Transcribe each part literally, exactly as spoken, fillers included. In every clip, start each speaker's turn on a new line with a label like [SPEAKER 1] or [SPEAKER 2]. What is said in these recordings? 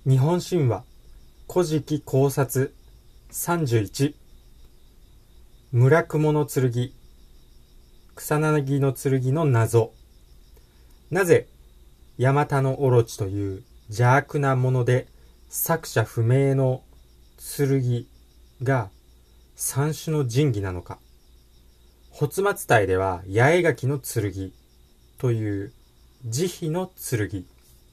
[SPEAKER 1] 日本神話古事記考察さんじゅういち村雲の剣草薙の剣の謎。なぜヤマタノオロチという邪悪なもので作者不明の剣が三種の神器なのか。発末隊では八重垣の剣という慈悲の剣。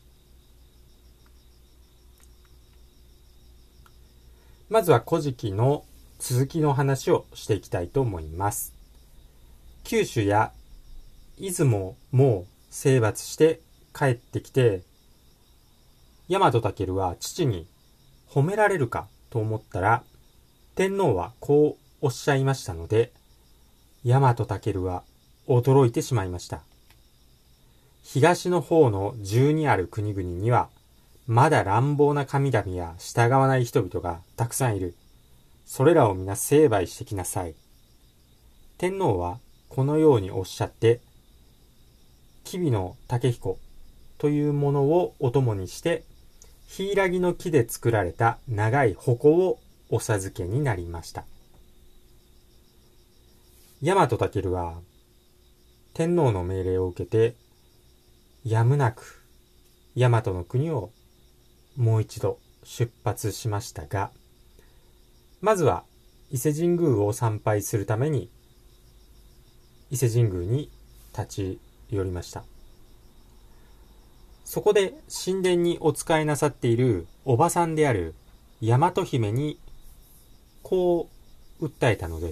[SPEAKER 1] まずは古事記の続きの話をしていきたいと思います。九州や出雲をもう征伐して帰ってきて、大和武は父に褒められるかと思ったら、天皇はこうおっしゃいましたので、大和武は驚いてしまいました。東の方の十にある国々には、まだ乱暴な神々や従わない人々がたくさんいる。それらを皆成敗してきなさい。天皇はこのようにおっしゃって、吉備の武彦というものをお供にして、柊の木で作られた長い矛をお授けになりました。大和武は天皇の命令を受けて、やむなく大和の国をもう一度出発しましたが、まずは伊勢神宮を参拝するために伊勢神宮に立ち寄りました。そこで神殿にお仕えなさっているおばさんである大和姫にこう訴えたのです。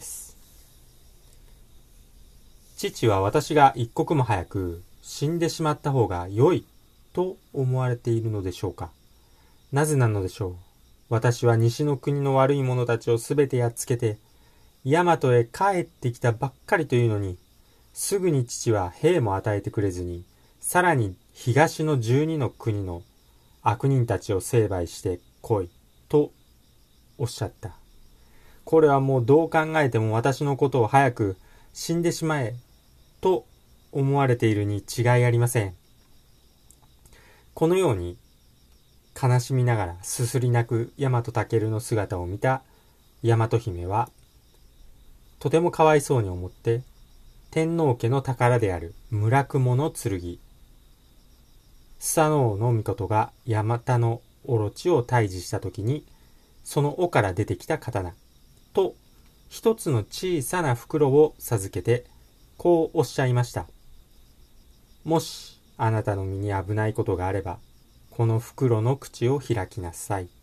[SPEAKER 1] 父は私が一刻も早く死んでしまった方が良いと思われているのでしょうか。なぜなのでしょう。私は西の国の悪い者たちをすべてやっつけて、大和へ帰ってきたばっかりというのに、すぐに父は兵も与えてくれずに、さらに東の十二の国の悪人たちを成敗して来い、とおっしゃった。これはもうどう考えても私のことを早く死んでしまえ、と思われているに違いありません。このように、悲しみながらすすり泣く大和武の姿を見た大和姫は、とてもかわいそうに思って、天皇家の宝である村雲の剣、スサノオノミコトがヤマタノオロチを退治したときに、その尾から出てきた刀と一つの小さな袋を授けて、こうおっしゃいました。もしあなたの身に危ないことがあれば、この袋の口を開きなさい。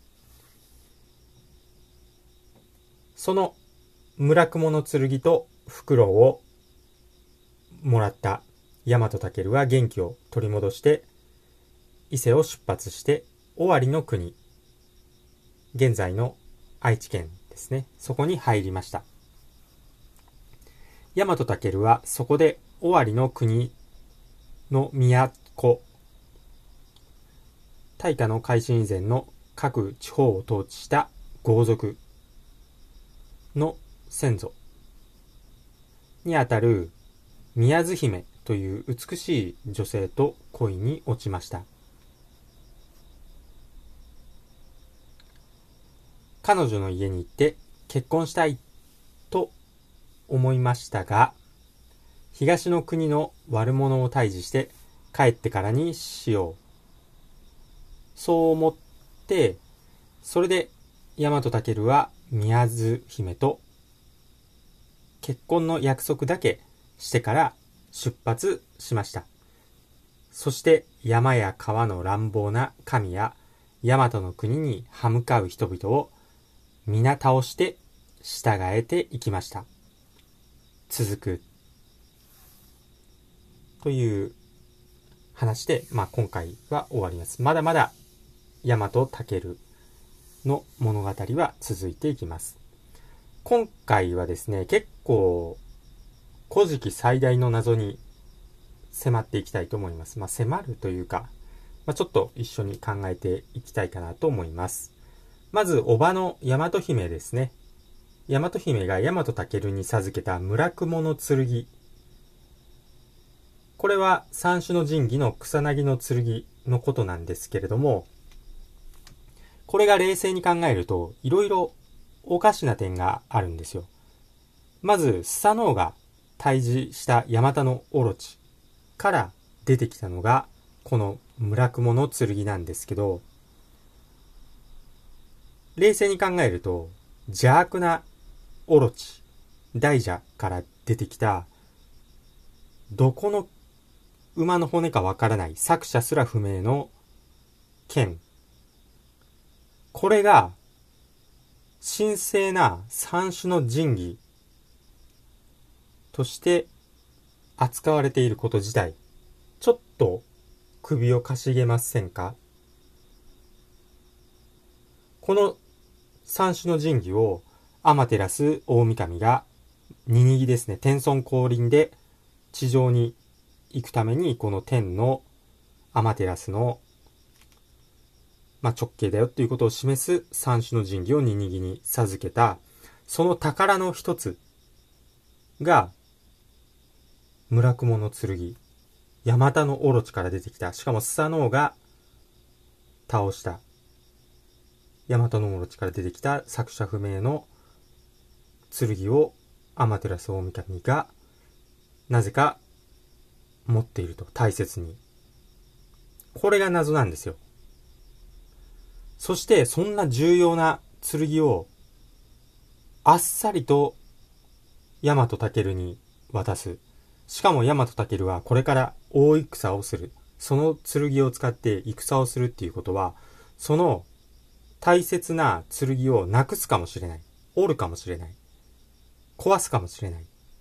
[SPEAKER 1] その村雲の剣と袋をもらった大和武は元気を取り戻して伊勢を出発して尾張の国、現在の愛知県ですね、そこに入りました。大和武はそこで尾張の国の都、大化の改新以前の各地方を統治した豪族の先祖にあたる宮津姫という美しい女性と恋に落ちました。彼女の家に行って結婚したいと思いましたが、東の国の悪者を退治して帰ってからにしよう、そう思って、それで大和武は宮津姫と結婚の約束だけしてから出発しました。そして山や川の乱暴な神や大和の国に歯向かう人々を皆倒して従えていきました。続くという話で、まあ、今回は終わります。まだまだ大和武の物語は続いていきます。今回はですね、結構古事記最大の謎に迫っていきたいと思います。まあ、迫るというか、まあ、ちょっと一緒に考えていきたいかなと思います。まず、叔母の大和姫ですね。大和姫が大和武に授けた村雲の剣。これは三種の神器の草薙の剣のことなんですけれども、 これが冷静に考えると、いろいろおかしな点があるんですよ。まず、スサノオが退治したヤマタノオロチから出てきたのが、この村雲の剣なんですけど、冷静に考えると、邪悪なオロチ、大蛇から出てきた、どこの馬の骨かわからない作者すら不明の剣。これが、神聖な三種の神器として扱われていること自体、ちょっと首をかしげませんか？この三種の神器をアマテラス大神がニニギですね、天孫降臨で地上に行くためにこの天のアマテラスの、まあ、直径だよということを示す三種の神器をニニギに授けた、その宝の一つが村雲の剣、ヤマタノオロチから出てきた、しかもスサノオが倒したヤマタノオロチから出てきた作者不明の剣をアマテラス大神がなぜか持っていると、大切に。これが謎なんですよ。そしてそんな重要な剣をあっさりとヤマトタケルに渡す。しかもヤマトタケルはこれから大戦をする。その剣を使って戦をするっていうことは、その大切な剣をなくすかもしれない。折るかもしれない。壊すかもしれない。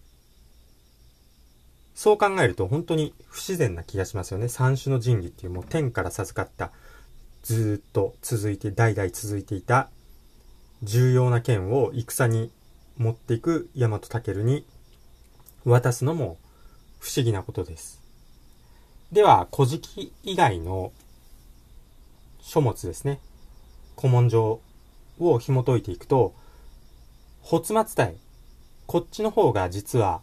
[SPEAKER 1] そう考えると本当に不自然な気がしますよね。三種の神器っていう、もう天から授かった、ずっと続いて、代々続いていた重要な剣を戦に持っていくヤマトタケルに渡すのも不思議なことです。では、古事記以外の書物ですね、古文書を紐解いていくと、発末体、こっちの方が実は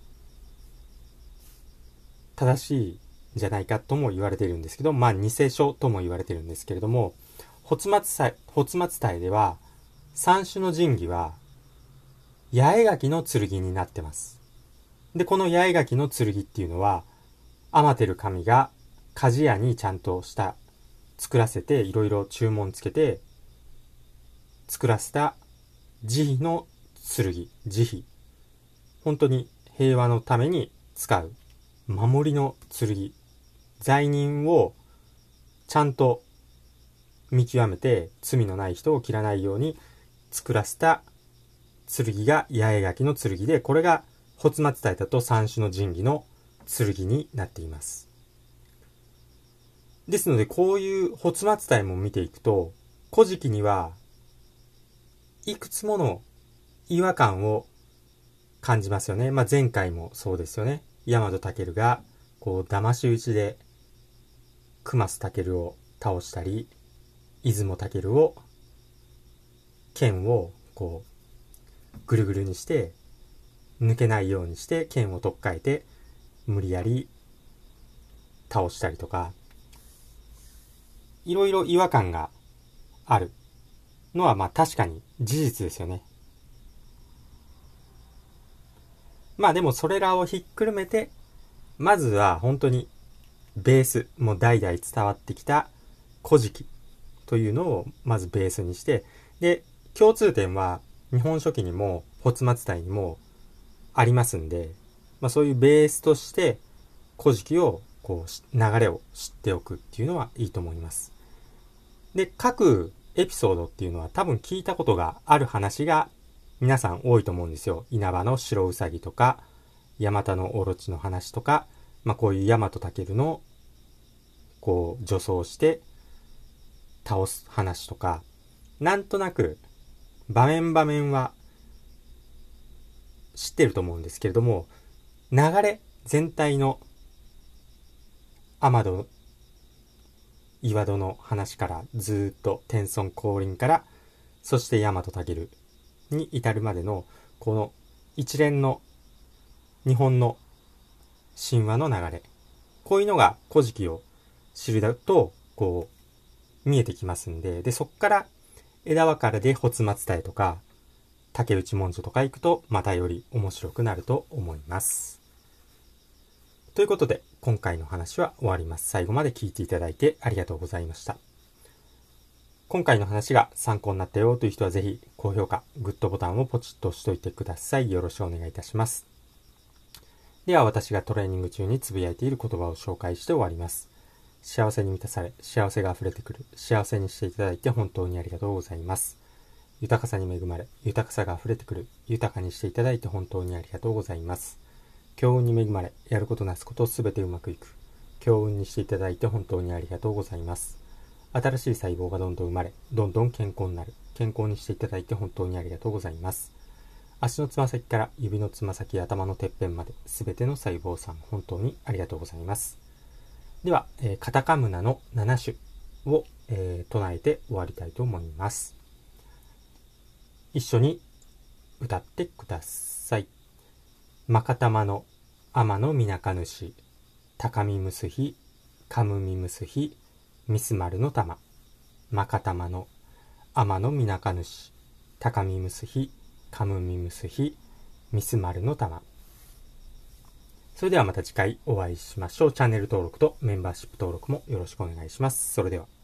[SPEAKER 1] 正しいんじゃないかとも言われているんですけど、まあ偽書とも言われているんですけれども、発末体、発末体では三種の神器は八重垣の剣になってます。で、この八重垣の剣っていうのは、アマテル神が鍛冶屋にちゃんとした作らせて、いろいろ注文つけて作らせた慈悲の剣、慈悲、本当に平和のために使う守りの剣、罪人をちゃんと見極めて罪のない人を切らないように作らせた剣が八重垣の剣で、これが発末体だと三種の神器の剣になっています。ですので、こういう発末体も見ていくと、古事記にはいくつもの違和感を感じますよね。まあ、前回もそうですよね。ヤマトタケルがこう騙し討ちで熊須タケルを倒したり、出雲タケルを剣をこうぐるぐるにして抜けないようにして剣を取っ換えて無理やり倒したりとか、いろいろ違和感があるのはまあ確かに事実ですよね。まあでもそれらをひっくるめて、まずは本当にベース、もう代々伝わってきた古事記というのをまずベースにして、で、共通点は日本書紀にも発末体にもありますんで、まあそういうベースとして古事記をこう流れを知っておくっていうのはいいと思います。で、各エピソードっていうのは多分聞いたことがある話が皆さん多いと思うんですよ。稲葉の白うさぎとか、ヤマタノオロチの話とか、まあこういうヤマトタケルのこう助走して倒す話とか、なんとなく場面場面は知ってると思うんですけれども、流れ全体のアマド岩戸の話からずっと天孫降臨から、そしてヤマトタケルに至るまでのこの一連の日本の神話の流れ、こういうのが古事記を知るだとこう見えてきますんで、でそこから枝分かれで発松田へとか、竹内文書とか行くとまたより面白くなると思います。ということで、今回の話は終わります。最後まで聞いていただいてありがとうございました。今回の話が参考になったよという人はぜひ高評価、グッドボタンをポチッと押しておいてください。よろしくお願いいたします。では私がトレーニング中につぶやいている言葉を紹介して終わります。幸せに満たされ、幸せが溢れてくる、幸せにしていただいて本当にありがとうございます。豊かさに恵まれ、豊かさが溢れてくる、豊かにしていただいて本当にありがとうございます。強運に恵まれ、やることなすことすべてうまくいく、強運にしていただいて本当にありがとうございます。新しい細胞がどんどん生まれ、どんどん健康になる、健康にしていただいて本当にありがとうございます。足のつま先から指のつま先、頭のてっぺんまで、すべての細胞さん本当にありがとうございます。では、えー、カタカムナのなな種を、えー、唱えて終わりたいと思います。一緒に歌ってください。まかたまの天のみなかぬし、高みむすひ、かむみむすひ、みすまるの玉。まかたまの天のみなかぬし、高みむすひ、かむみむすひ、みすまるの玉。それではまた次回お会いしましょう。チャンネル登録とメンバーシップ登録もよろしくお願いします。それでは。